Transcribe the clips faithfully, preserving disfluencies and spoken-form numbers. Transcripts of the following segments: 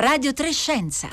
Radio tre Scienza.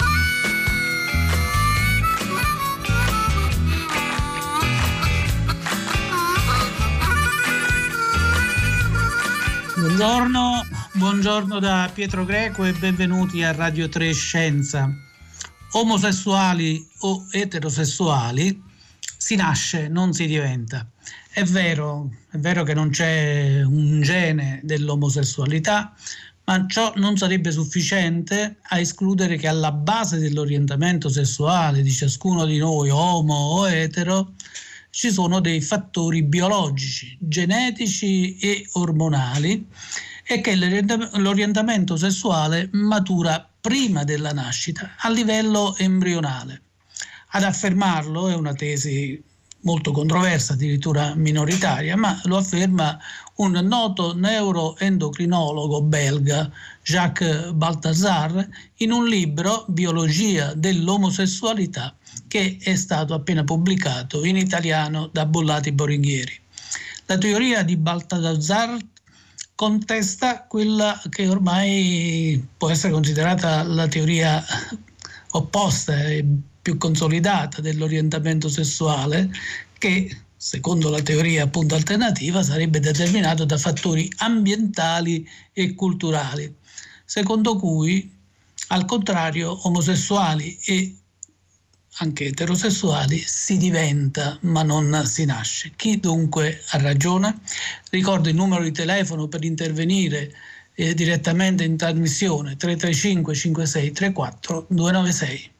Buongiorno, buongiorno da Pietro Greco e benvenuti a Radio tre Scienza. Omosessuali o eterosessuali si nasce, non si diventa. È vero, è vero che non c'è un gene dell'omosessualità, ma ciò non sarebbe sufficiente a escludere che alla base dell'orientamento sessuale di ciascuno di noi, omo o etero, ci sono dei fattori biologici, genetici e ormonali, e che l'orientamento sessuale matura prima della nascita, a livello embrionale. Ad affermarlo è una tesi molto controversa, addirittura minoritaria, ma lo afferma un noto neuroendocrinologo belga, Jacques Balthazar, in un libro, Biologia dell'omosessualità, che è stato appena pubblicato in italiano da Bollati Boringhieri. La teoria di Balthazar contesta quella che ormai può essere considerata la teoria opposta e più consolidata dell'orientamento sessuale, che secondo la teoria appunto alternativa sarebbe determinato da fattori ambientali e culturali, secondo cui al contrario omosessuali e anche eterosessuali si diventa ma non si nasce. Chi dunque ha ragione? Ricordo il numero di telefono per intervenire eh, direttamente in trasmissione: tre tre cinque cinque sei tre quattro due nove sei.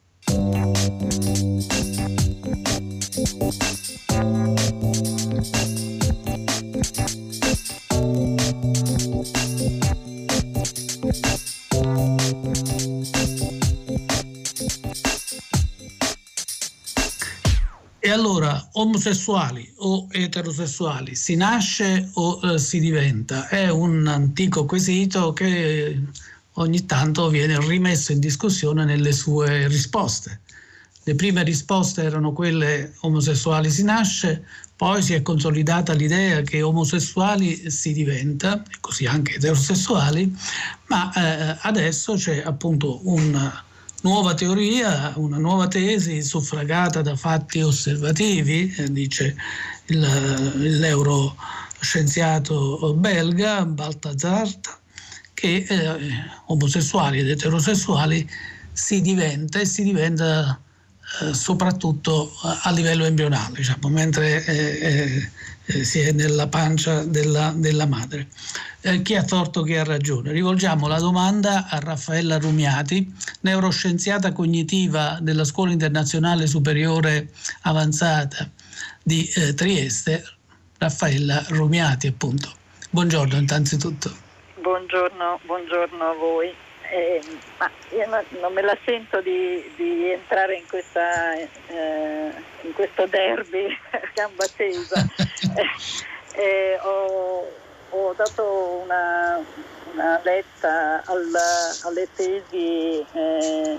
E allora, omosessuali o eterosessuali, si nasce o eh, si diventa? È un antico quesito che ogni tanto viene rimesso in discussione nelle sue risposte. Le prime risposte erano quelle: omosessuali si nasce, poi si è consolidata l'idea che omosessuali si diventa, e così anche eterosessuali, ma eh, adesso c'è appunto una nuova teoria, una nuova tesi suffragata da fatti osservativi, eh, dice il, il neuroscienziato belga Balthazar, che eh, omosessuali ed eterosessuali si diventa e si diventa eh, soprattutto a livello embrionale, diciamo, mentre eh, eh, si è nella pancia della, della madre. Eh, chi ha torto, chi ha ragione? Rivolgiamo la domanda a Raffaella Rumiati, neuroscienziata cognitiva della Scuola Internazionale Superiore Avanzata di eh, Trieste. Raffaella Rumiati, appunto. Buongiorno innanzitutto. Buongiorno, buongiorno a voi. Eh, ma io non, non me la sento di, di entrare in, questa, eh, in questo derby a gamba tesa. eh, eh, ho, ho dato una, una letta al, alle tesi eh,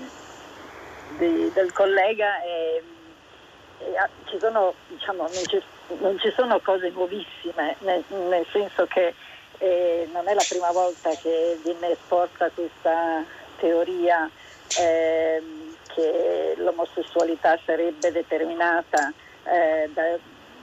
di, del collega e, e a, ci sono, diciamo, non ci, non ci sono cose nuovissime, nel, nel senso che Eh, non è la prima volta che viene esposta questa teoria eh, che l'omosessualità sarebbe determinata eh, da,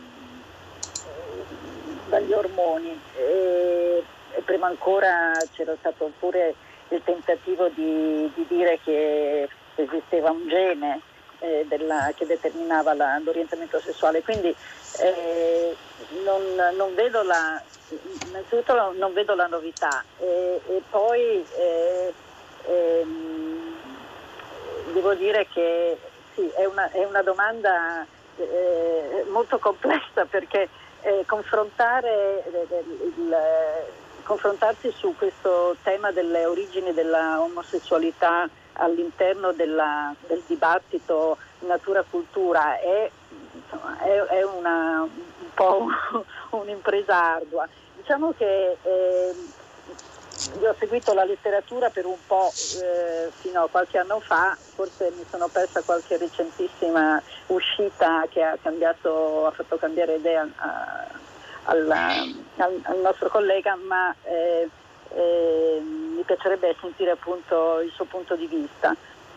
dagli ormoni e, e prima ancora c'era stato pure il tentativo di, di dire che esisteva un gene eh, della, che determinava la, l'orientamento sessuale, quindi eh, non, non vedo la innanzitutto non vedo la novità e, e poi eh, ehm, devo dire che sì, è una, è una domanda eh, molto complessa, perché eh, confrontare il, il, confrontarsi su questo tema delle origini della omosessualità all'interno della, del dibattito natura-cultura è, insomma, è, è una, un po' un'impresa ardua. Diciamo che eh, io ho seguito la letteratura per un po' eh, fino a qualche anno fa, forse mi sono persa qualche recentissima uscita che ha cambiato, ha fatto cambiare idea a, alla, al, al nostro collega, ma eh, eh, mi piacerebbe sentire appunto il suo punto di vista.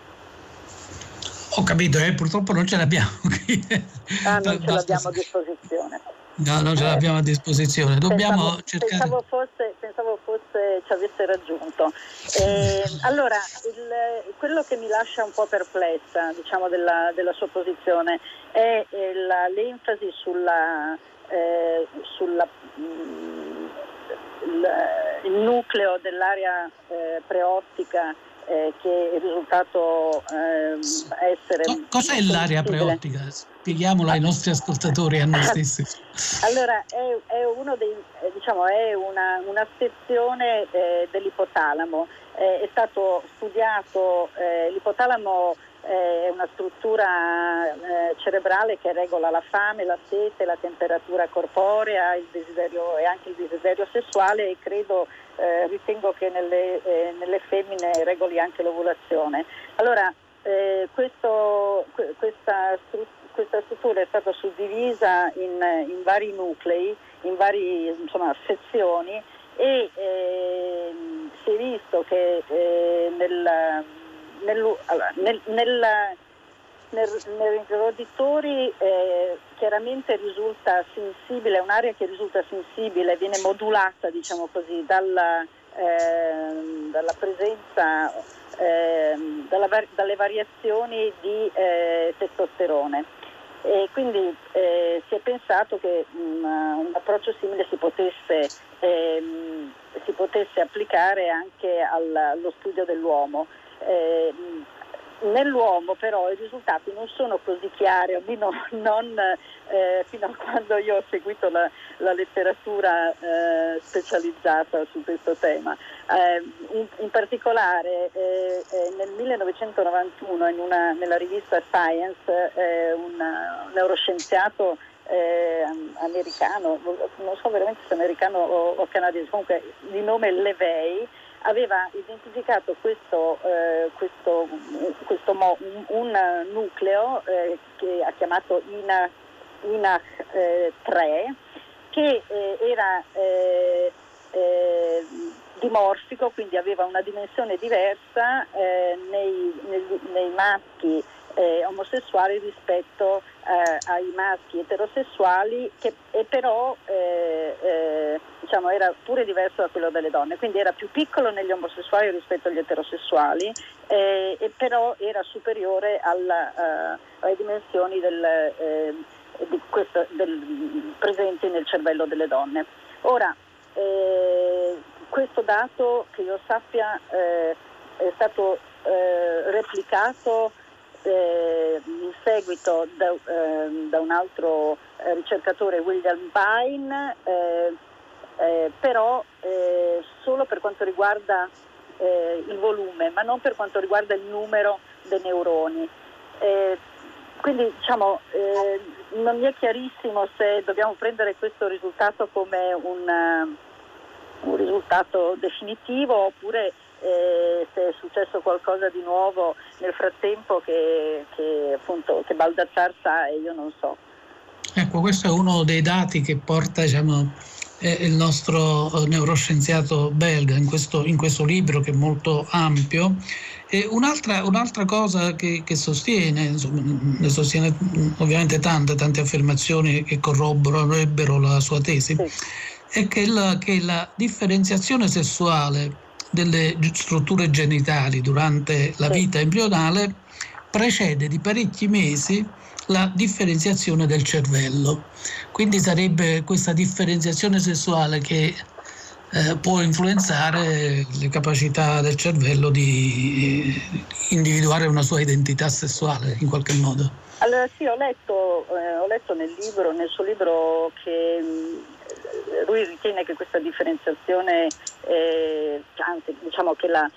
Ho capito, eh, purtroppo non ce l'abbiamo qui. Ah, non ce l'abbiamo a disposizione. No, non ce l'abbiamo a disposizione. Dobbiamo pensavo, cercare. Pensavo fosse, pensavo fosse ci avesse raggiunto. Eh, allora, il, quello che mi lascia un po' perplessa, diciamo, della, della sua posizione è eh, la, l'enfasi sulla, eh, sulla mh, il, il nucleo dell'area eh, preottica, eh, che è risultato eh, essere... Co- cos'è l'area preottica? Spieghiamola ai nostri ascoltatori e a noi stessi. Allora, è, è uno dei, diciamo, è una, una sezione eh, dell'ipotalamo. Eh, è stato studiato, eh, l'ipotalamo eh, è una struttura eh, cerebrale che regola la fame, la sete, la temperatura corporea, il desiderio e anche il desiderio sessuale, e credo, eh, ritengo che nelle, eh, nelle femmine regoli anche l'ovulazione. Allora, eh, questo, questa struttura Questa struttura è stata suddivisa in, in vari nuclei, in varie, insomma, sezioni, e eh, si è visto che eh, nel, nel, allora, nel, nel, nel, nei roditori eh, chiaramente risulta sensibile, è un'area che risulta sensibile, viene modulata, diciamo così, dalla, eh, dalla presenza, eh, dalla, dalle variazioni di eh, testosterone. E quindi eh, si è pensato che um, un approccio simile si potesse, ehm, si potesse applicare anche al, allo studio dell'uomo. Eh, nell'uomo però i risultati non sono così chiari, almeno non eh, fino a quando io ho seguito la, la letteratura eh, specializzata su questo tema. Eh, in, in particolare eh, eh, nel millenovecentonovantuno in una, nella rivista Science eh, un, un neuroscienziato eh, americano, non so veramente se americano o, o canadese, comunque di nome Levey, aveva identificato questo, eh, questo, questo mo, un, un nucleo eh, che ha chiamato I N A, I N A eh, tre, che eh, era eh, eh, dimorfico, quindi aveva una dimensione diversa eh, nei, nei, nei maschi eh, omosessuali rispetto eh, ai maschi eterosessuali, che e però eh, eh, diciamo era pure diverso da quello delle donne, quindi era più piccolo negli omosessuali rispetto agli eterosessuali, eh, e però era superiore alla, uh, alle dimensioni del, eh, di questo, del, presenti nel cervello delle donne. Ora, eh, questo dato, che io sappia, eh, è stato eh, replicato eh, in seguito da, eh, da un altro eh, ricercatore, William Vine, eh, eh, però eh, solo per quanto riguarda eh, il volume, ma non per quanto riguarda il numero dei neuroni. Eh, quindi diciamo eh, non mi è chiarissimo se dobbiamo prendere questo risultato come un, un risultato definitivo, oppure eh, se è successo qualcosa di nuovo nel frattempo che, che appunto che Baldassar sa e io non so. Ecco, questo è uno dei dati che porta, diciamo, eh, il nostro neuroscienziato belga in questo, in questo libro, che è molto ampio. E un'altra, un'altra cosa che, che sostiene, insomma, ne sostiene ovviamente tante, tante affermazioni che corroborerebbero la sua tesi, sì, è che la, che la differenziazione sessuale delle strutture genitali durante la vita embrionale precede di parecchi mesi la differenziazione del cervello. Quindi sarebbe questa differenziazione sessuale che eh, può influenzare le capacità del cervello di individuare una sua identità sessuale in qualche modo. Allora sì, ho letto, eh, ho letto nel libro, nel suo libro, che mh, lui ritiene che questa differenziazione, eh, anzi diciamo che la,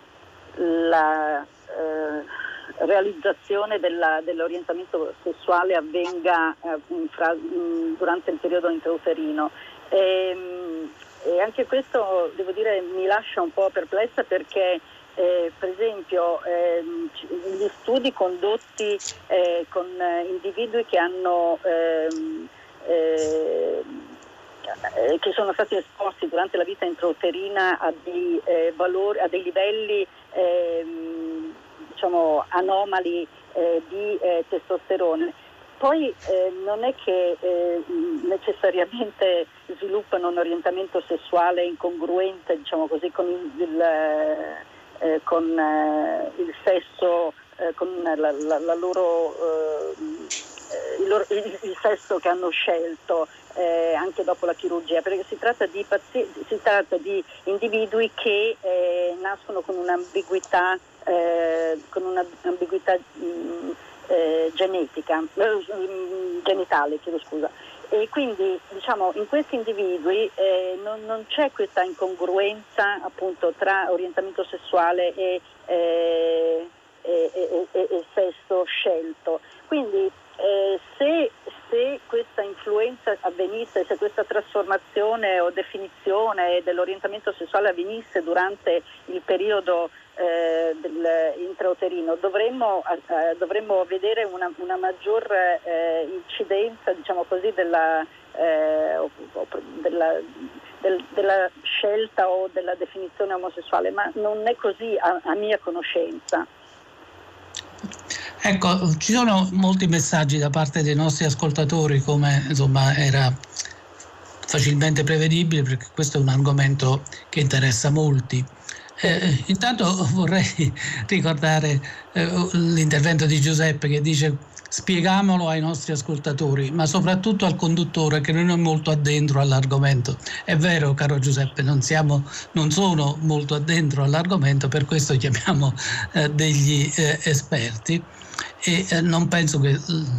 la eh, realizzazione della, dell'orientamento sessuale avvenga eh, in fra, in, durante il periodo intrauterino. E, e anche questo, devo dire, mi lascia un po' perplessa, perché Eh, per esempio eh, gli studi condotti eh, con individui che hanno ehm, eh, eh, che sono stati esposti durante la vita intrauterina a dei eh, valori, a dei livelli eh, diciamo anomali eh, di eh, testosterone. Poi eh, non è che eh, necessariamente sviluppano un orientamento sessuale incongruente, diciamo così, con il, il, eh, con, eh, il sesso, eh, con la, la, la loro, eh, il, loro il, il sesso che hanno scelto eh, anche dopo la chirurgia, perché si tratta di, pazienti, si tratta di individui che eh, nascono con un'ambiguità, eh, con un'ambiguità mh, Eh, genetica, eh, genitale, chiedo scusa. E quindi diciamo in questi individui eh, non, non c'è questa incongruenza appunto tra orientamento sessuale e, eh, e, e, e, e sesso scelto. Quindi eh, se, se questa influenza avvenisse, se questa trasformazione o definizione dell'orientamento sessuale avvenisse durante il periodo Eh, del intrauterino, dovremmo, eh, dovremmo vedere una, una maggior eh, incidenza, diciamo così, della, eh, o, o, della, del, della scelta o della definizione omosessuale, ma non è così a, a mia conoscenza. Ecco, ci sono molti messaggi da parte dei nostri ascoltatori, come insomma era facilmente prevedibile, perché questo è un argomento che interessa molti. Eh, intanto vorrei ricordare eh, l'intervento di Giuseppe che dice: spiegamolo ai nostri ascoltatori, ma soprattutto al conduttore che non è molto addentro all'argomento. È vero, caro Giuseppe, non siamo, non sono molto addentro all'argomento, per questo chiamiamo eh, degli eh, esperti e eh, non penso che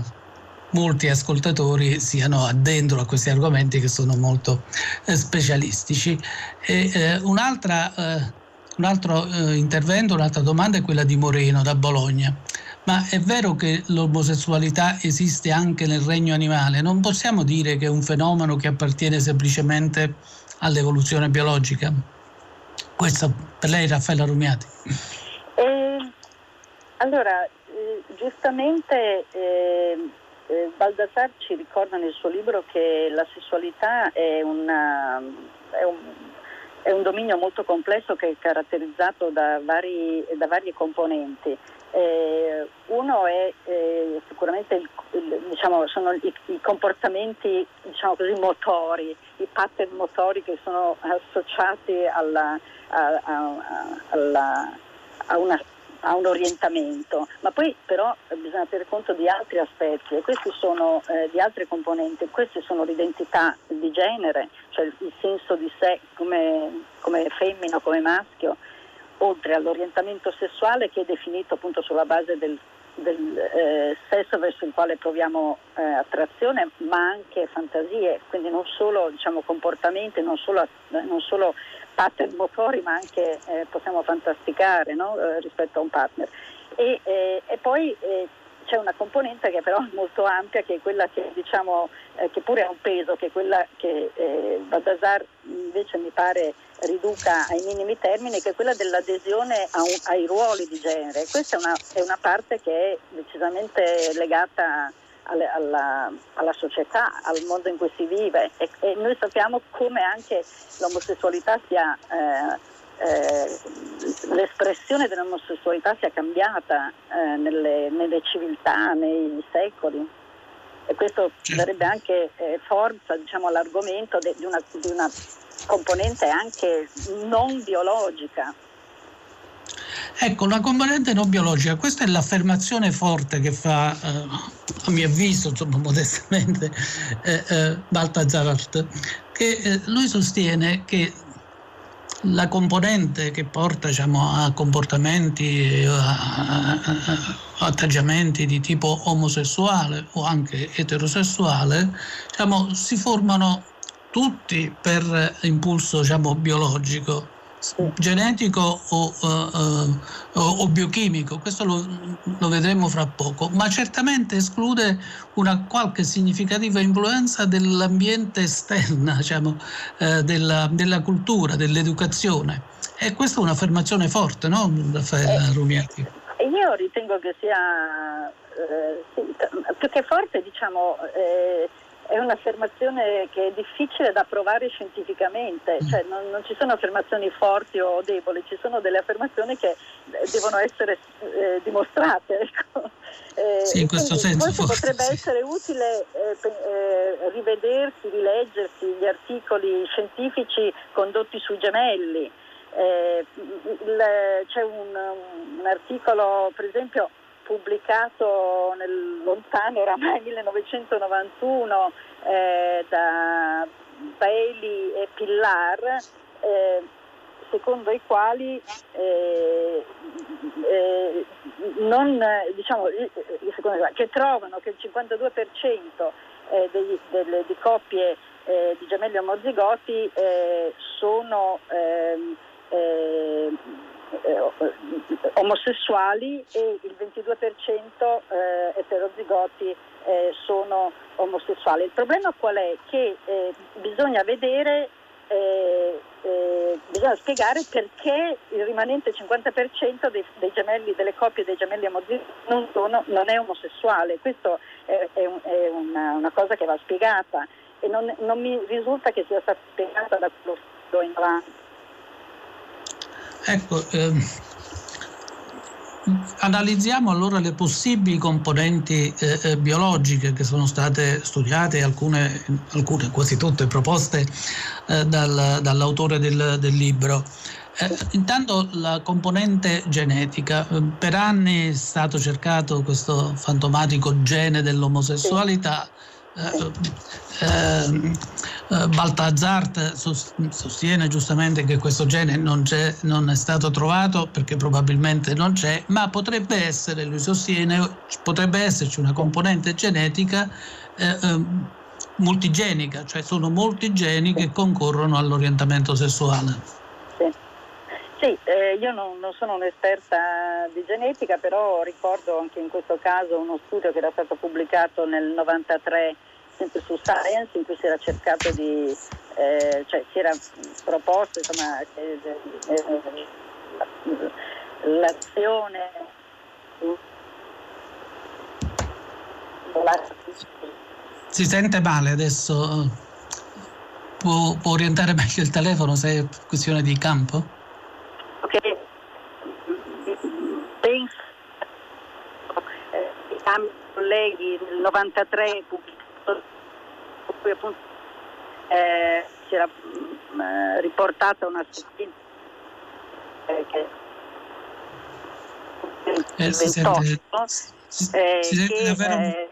molti ascoltatori siano addentro a questi argomenti che sono molto eh, specialistici. E, eh, un'altra eh, Un altro eh, intervento, un'altra domanda è quella di Moreno da Bologna. Ma è vero che l'omosessualità esiste anche nel regno animale? Non possiamo dire che è un fenomeno che appartiene semplicemente all'evoluzione biologica? Questo per lei, Raffaella Rumiati. Eh, allora, eh, giustamente eh, eh, Baldassar ci ricorda nel suo libro che la sessualità è una... È un, È un dominio molto complesso che è caratterizzato da, vari, da varie componenti. Eh, uno è eh, sicuramente il, il, diciamo, sono i, i comportamenti, diciamo così, motori, i pattern motori che sono associati alla, a, a, alla, a una a un orientamento, ma poi però bisogna tenere conto di altri aspetti e questi sono eh, di altre componenti. Queste sono l'identità di genere, cioè il senso di sé come, come femmina o come maschio, oltre all'orientamento sessuale che è definito appunto sulla base del, del eh, sesso verso il quale proviamo eh, attrazione, ma anche fantasie, quindi non solo, diciamo, comportamenti, non solo, non solo pattern motori, ma anche eh, possiamo fantasticare, no? eh, rispetto a un partner. E, eh, e poi eh, c'è una componente che però è molto ampia, che è quella che diciamo eh, che pure ha un peso, che è quella che eh, Baldassar invece mi pare riduca ai minimi termini, che è quella dell'adesione a un, ai ruoli di genere. Questa è una, è una parte che è decisamente legata alla, alla, alla società, al mondo in cui si vive, e, e noi sappiamo come anche l'omosessualità sia eh, eh, l'espressione dell'omosessualità sia cambiata eh, nelle, nelle civiltà, nei secoli, e questo darebbe anche eh, forza, diciamo, all'argomento de, di, una, di una componente anche non biologica. Ecco, la componente non biologica, questa è l'affermazione forte che fa, eh, a mio avviso, insomma, modestamente, eh, eh, Balthazar Art, che eh, lui sostiene che la componente che porta, diciamo, a comportamenti, a, a, a atteggiamenti di tipo omosessuale o anche eterosessuale, diciamo, si formano tutti per impulso, diciamo, biologico, genetico o, uh, uh, o biochimico. Questo lo, lo vedremo fra poco, ma certamente esclude una qualche significativa influenza dell'ambiente esterna, diciamo, uh, della, della cultura, dell'educazione, e questa è un'affermazione forte, no, Raffaella Rumiati? Io ritengo che sia eh, sì, più che forte, diciamo, eh, è un'affermazione che è difficile da provare scientificamente, cioè non, non ci sono affermazioni forti o deboli, ci sono delle affermazioni che devono essere eh, dimostrate. Ecco. Eh, sì, in questo senso forse forse, potrebbe sì. essere utile eh, eh, rivedersi, rileggersi gli articoli scientifici condotti sui gemelli. Eh, il, c'è un, un articolo, per esempio, pubblicato nel lontano oramai millenovecentonovantuno eh, da Bailey e Pillar, eh, secondo i quali eh, eh, non, diciamo, secondo, che trovano che il cinquantadue per cento eh, dei, delle, di coppie eh, di gemelli omozigoti eh, sono ehm, eh, omosessuali e il ventidue per cento eh, eterozigoti eh, sono omosessuali. Il problema qual è? Che eh, bisogna vedere, eh, eh, bisogna spiegare perché il rimanente cinquanta per cento dei, dei gemelli, delle coppie dei gemelli omozigoti non, sono, non è omosessuale. Questo è, è, un, è una, una cosa che va spiegata e non, non mi risulta che sia stata spiegata da quello studio in avanti. Ecco, ehm, analizziamo allora le possibili componenti eh, eh, biologiche che sono state studiate, alcune, alcune quasi tutte proposte eh, dal, dall'autore del, del libro. Eh, intanto la componente genetica. Per anni è stato cercato questo fantomatico gene dell'omosessualità. Eh, eh, eh, Balthazar sostiene giustamente che questo gene non, c'è, non è stato trovato perché probabilmente non c'è, ma potrebbe essere, lui sostiene, potrebbe esserci una componente genetica eh, eh, multigenica, cioè sono molti geni che concorrono all'orientamento sessuale. Sì, sì eh, io non, non sono un'esperta di genetica, però ricordo anche in questo caso uno studio che era stato pubblicato nel novantatré sempre su Science, in cui si era cercato di, eh, cioè si era proposto insomma eh, eh, l'azione si sente male adesso, può, può orientare meglio il telefono se è questione di campo? Ok, penso eh, i cambi colleghi nel novantatré poi appunto eh, si era mh, riportata una sentenza eh, che eh, il si ventotto sente, eh, si sente che, davvero... eh,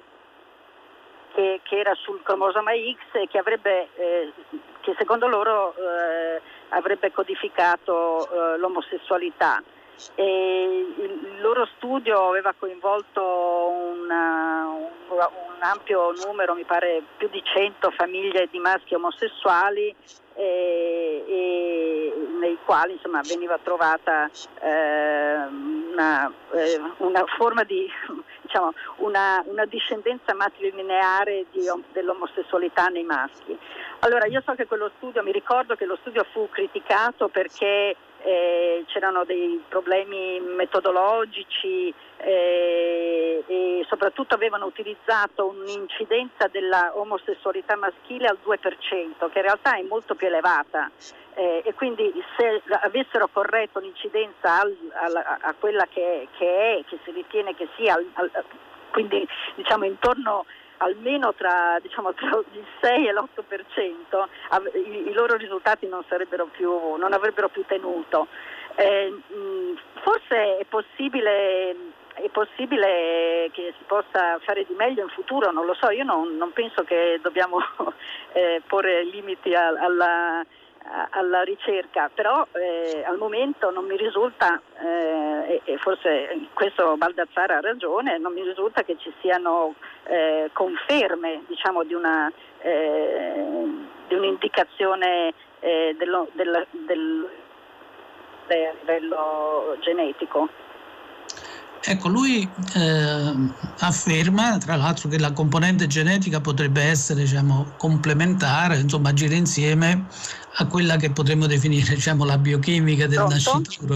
che, che era sul cromosoma X e che avrebbe eh, che secondo loro eh, avrebbe codificato eh, l'omosessualità. E il loro studio aveva coinvolto una, un, un ampio numero, mi pare più di cento famiglie di maschi omosessuali e, e nei quali insomma veniva trovata eh, una, eh, una forma di diciamo una, una discendenza matrilineare di, dell'omosessualità nei maschi. Allora io so che quello studio, mi ricordo che lo studio fu criticato perché Eh, c'erano dei problemi metodologici eh, e soprattutto avevano utilizzato un'incidenza della omosessualità maschile al due per cento, che in realtà è molto più elevata eh, e quindi se avessero corretto l'incidenza al, al, a quella che, che è, che si ritiene che sia, al, al, quindi diciamo intorno almeno tra, diciamo, tra il sei e l'otto per cento i, i loro risultati non sarebbero più, non avrebbero più tenuto. Eh, mh, forse è possibile, è possibile che si possa fare di meglio in futuro, non lo so, io non, non penso che dobbiamo eh, porre limiti a, alla alla ricerca, però eh, al momento non mi risulta, eh, e, e forse questo Baldassarre ha ragione, non mi risulta che ci siano eh, conferme diciamo di una eh, di un'indicazione eh, dello, del, del, del livello genetico. Ecco, lui eh, afferma tra l'altro che la componente genetica potrebbe essere diciamo, complementare, insomma agire insieme a quella che potremmo definire diciamo, la biochimica del Pronto? nascituro.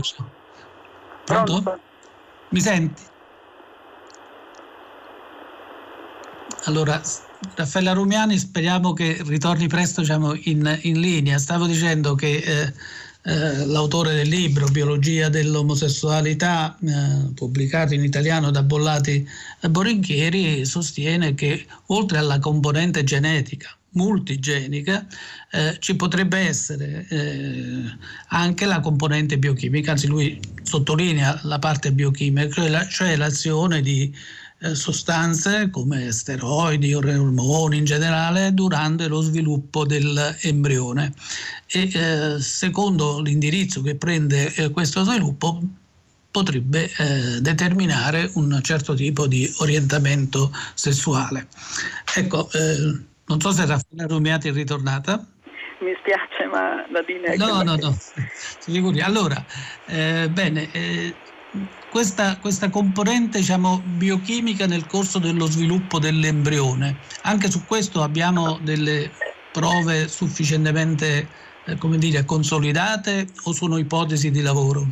Pronto? Pronto? Mi senti? Allora, Raffaella Rumiani, speriamo che ritorni presto, diciamo, in, in linea. Stavo dicendo che eh, eh, l'autore del libro Biologia dell'omosessualità, eh, pubblicato in italiano da Bollati e Boringhieri, sostiene che oltre alla componente genetica, multigenica, eh, ci potrebbe essere eh, anche la componente biochimica, anzi lui sottolinea la parte biochimica, cioè, la, cioè l'azione di eh, sostanze come steroidi o ormoni in generale durante lo sviluppo dell'embrione e eh, secondo l'indirizzo che prende eh, questo sviluppo potrebbe eh, determinare un certo tipo di orientamento sessuale. Ecco, eh, non so se Raffaella Rumiati è ritornata. Mi spiace, ma la linea è No, no, che... no, si figuri. Allora, eh, bene, eh, questa, questa componente, diciamo, biochimica nel corso dello sviluppo dell'embrione, anche su questo abbiamo delle prove sufficientemente, eh, come dire, consolidate o sono ipotesi di lavoro?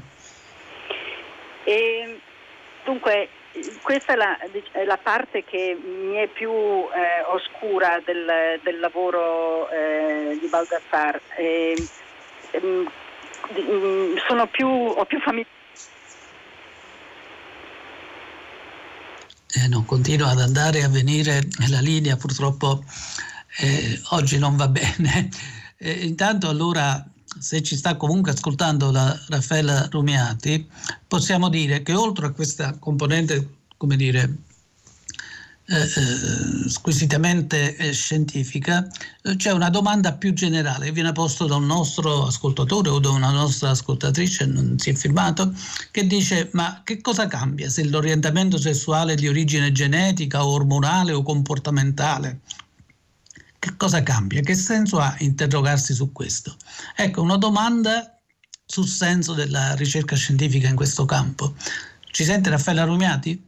E, dunque, questa è la, è la parte che mi è più eh, oscura del, del lavoro eh, di Baldassar. E, ehm, sono più, ho più famiglia. Eh no, continua ad andare e a venire la linea, purtroppo eh, oggi non va bene. Eh, intanto allora, se ci sta comunque ascoltando la Raffaella Rumiati, possiamo dire che oltre a questa componente, come dire, eh, eh, squisitamente eh, scientifica, eh, c'è una domanda più generale che viene posta da un nostro ascoltatore o da una nostra ascoltatrice, non si è firmato, che dice: ma che cosa cambia se l'orientamento sessuale è di origine genetica o ormonale o comportamentale? Che cosa cambia? Che senso ha interrogarsi su questo? Ecco, una domanda sul senso della ricerca scientifica in questo campo. Ci sente Raffaella Rumiati?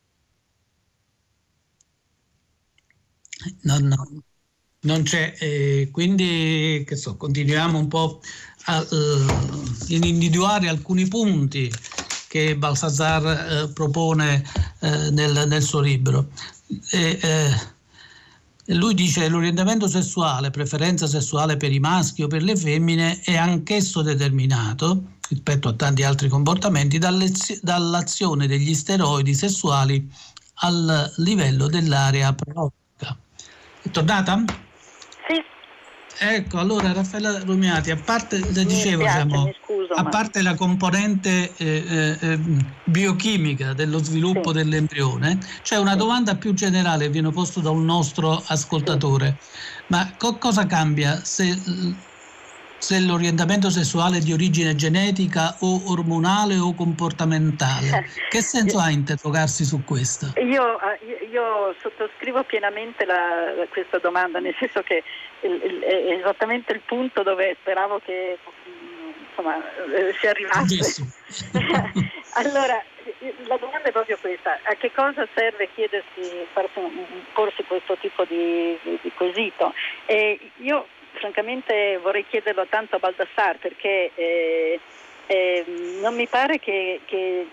No, no, non c'è, eh, quindi che so, continuiamo un po' a uh, individuare alcuni punti che Balthazar eh, propone eh, nel, nel suo libro. E, eh, lui dice: l'orientamento sessuale, preferenza sessuale per i maschi o per le femmine, è anch'esso determinato, rispetto a tanti altri comportamenti, dall'azione degli steroidi sessuali al livello dell'area pronotica. È tornata? Sì. Ecco, allora Raffaella Rumiati, a parte, le dicevo, spiace, diciamo, scuso, a ma... parte la componente eh, eh, biochimica dello sviluppo sì. dell'embrione, c'è una sì. domanda più generale che viene posta da un nostro ascoltatore. Sì. Ma co- cosa cambia se, se l'orientamento sessuale è di origine genetica o ormonale o comportamentale? Che senso ha interrogarsi su questo? Io, io sottoscrivo pienamente la, questa domanda, nel senso che è esattamente il punto dove speravo che insomma si arrivasse. Allora, la domanda è proprio questa: a che cosa serve chiedersi, farsi, porsi questo tipo di, di, di quesito? E io francamente vorrei chiederlo tanto a Baldassar, perché eh, Eh, non mi pare che, che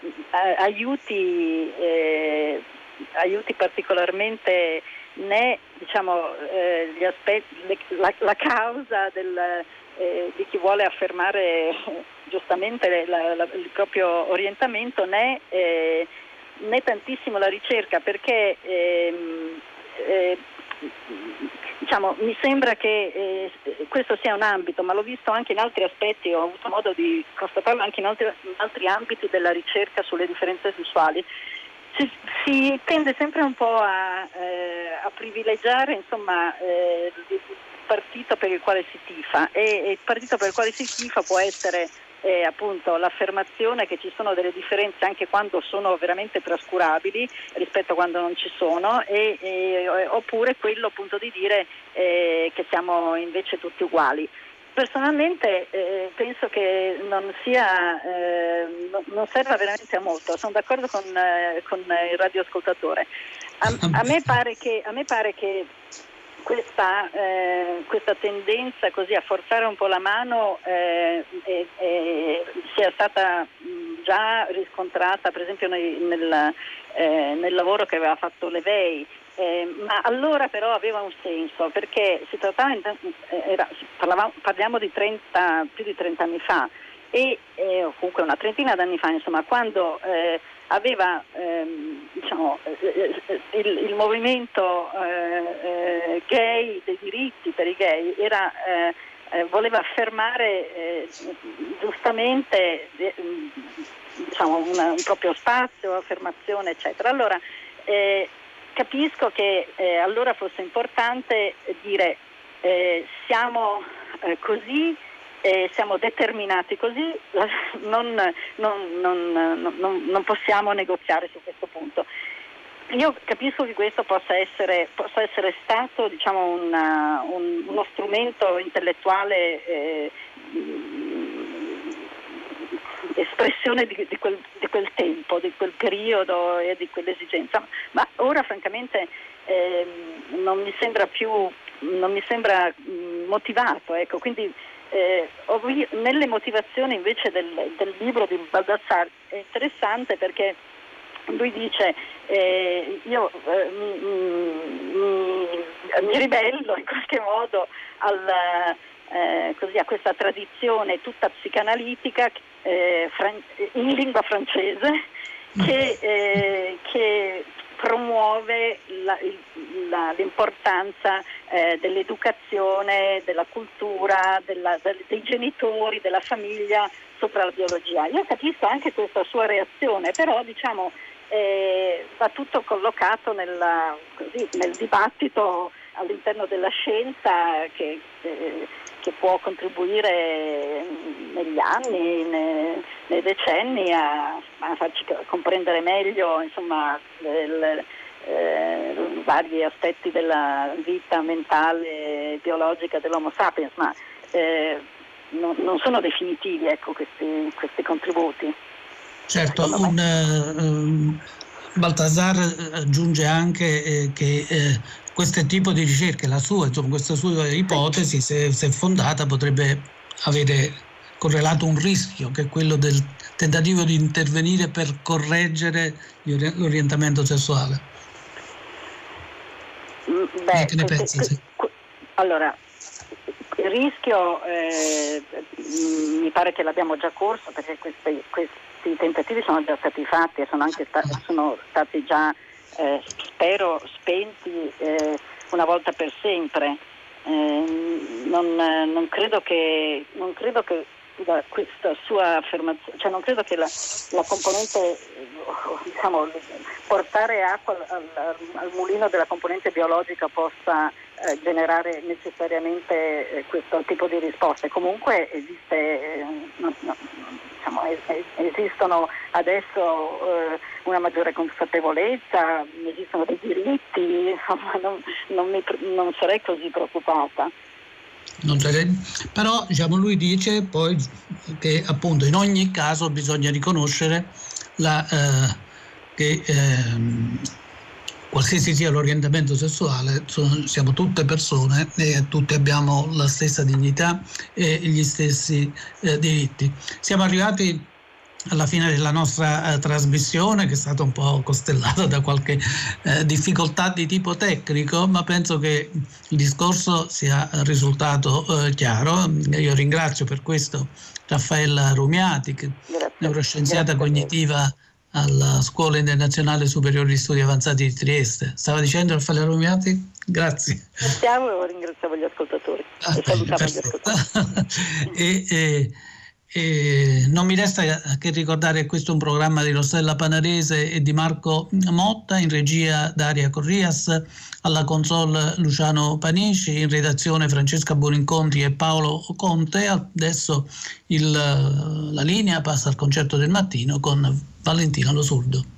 aiuti, eh, aiuti particolarmente né diciamo, eh, gli aspetti, la, la causa del, eh, di chi vuole affermare giustamente la, la, il proprio orientamento, né, eh, né tantissimo la ricerca, perché ehm, eh, diciamo, mi sembra che eh, questo sia un ambito, ma l'ho visto anche in altri aspetti, ho avuto modo di constatarlo anche in altri, in altri ambiti della ricerca sulle differenze sessuali. Si, si tende sempre un po' a, eh, a privilegiare insomma, eh, il partito per il quale si tifa, e, e il partito per il quale si tifa può essere Eh, appunto l'affermazione che ci sono delle differenze anche quando sono veramente trascurabili rispetto a quando non ci sono, e, e, oppure quello appunto di dire eh, che siamo invece tutti uguali. Personalmente eh, penso che non sia eh, non serva veramente a molto, sono d'accordo con, eh, con il radioascoltatore. A, a me pare che a me pare che Questa, eh, questa tendenza così a forzare un po' la mano eh, eh, eh, sia stata mh, già riscontrata per esempio nei, nel, eh, nel lavoro che aveva fatto Levey, Eh, ma allora però aveva un senso, perché si trattava, era, parlavamo, parliamo di trenta, più di trenta anni fa, e eh, comunque una trentina d'anni fa, insomma, quando eh, aveva ehm, diciamo, eh, il, il movimento eh, eh, gay, dei diritti per i gay, era, eh, eh, voleva affermare eh, giustamente eh, diciamo, una, un proprio spazio, affermazione, eccetera. Allora eh, capisco che eh, allora fosse importante dire eh, siamo eh, così, eh, siamo determinati così, non, non, non, non, non possiamo negoziare su questo punto. Io capisco che questo possa essere, possa essere stato, diciamo, una, un, uno strumento intellettuale eh, espressione di, di, quel, di quel tempo, di quel periodo e di quell'esigenza, ma ora francamente eh, non mi sembra più, non mi sembra mh, motivato, ecco. Quindi eh, nelle motivazioni invece del, del libro di Baldassarre è interessante, perché lui dice eh, io eh, mi, mi, mi ribello in qualche modo al, eh, così, a questa tradizione tutta psicanalitica eh, fran- in lingua francese che, eh, che promuove la, la, l'importanza eh, dell'educazione, della cultura, della, del, dei genitori, della famiglia sopra la biologia. Io capisco anche questa sua reazione, però diciamo eh, va tutto collocato nella, così, nel dibattito all'interno della scienza che, eh, che può contribuire negli anni, nei, nei decenni a, a farci comprendere meglio, insomma, il, eh, vari aspetti della vita mentale e biologica dell'Homo sapiens, ma eh, non, non sono definitivi, ecco, questi, questi contributi. Certo, un, uh, Balthasar aggiunge anche eh, che eh, questo tipo di ricerche, la sua, insomma, questa sua ipotesi, se, se fondata, potrebbe avere correlato un rischio, che è quello del tentativo di intervenire per correggere l'orientamento sessuale. Beh, che ne pensi? Sì. Allora, il rischio eh, mi pare che l'abbiamo già corso, perché questi, questi tentativi sono già stati fatti e sono anche sta- sono stati già eh, spero spenti eh, una volta per sempre. Eh, non, non credo che non credo che da questa sua affermazione, cioè non credo che la, la componente, diciamo, portare acqua al, al, al mulino della componente biologica possa eh, generare necessariamente eh, questo tipo di risposte. Comunque esiste, eh, no, no, diciamo, es- esistono adesso eh, una maggiore consapevolezza, esistono dei diritti, insomma, non, non, mi, non sarei così preoccupata. Non c'è, però diciamo, lui dice poi che appunto in ogni caso bisogna riconoscere la, eh, che eh, qualsiasi sia l'orientamento sessuale, sono, siamo tutte persone e tutti abbiamo la stessa dignità e gli stessi eh, diritti. Siamo arrivati alla fine della nostra eh, trasmissione, che è stata un po' costellata da qualche eh, difficoltà di tipo tecnico, ma penso che il discorso sia risultato eh, chiaro. Io ringrazio per questo Raffaella Rumiati, che è neuroscienziata cognitiva alla Scuola Internazionale Superiore di Studi Avanzati di Trieste. Stava dicendo Raffaella Rumiati? Grazie. Ringraziamo, ringraziamo gli ascoltatori. Ah, e salutiamo gli ascoltatori. e, e, E non mi resta che ricordare che questo è un programma di Rossella Panarese e di Marco Motta, in regia Daria Corrias, alla console Luciano Panici, in redazione Francesca Buonincontri e Paolo Conte. Adesso il, la linea passa al concerto del mattino con Valentina Lo Surdo.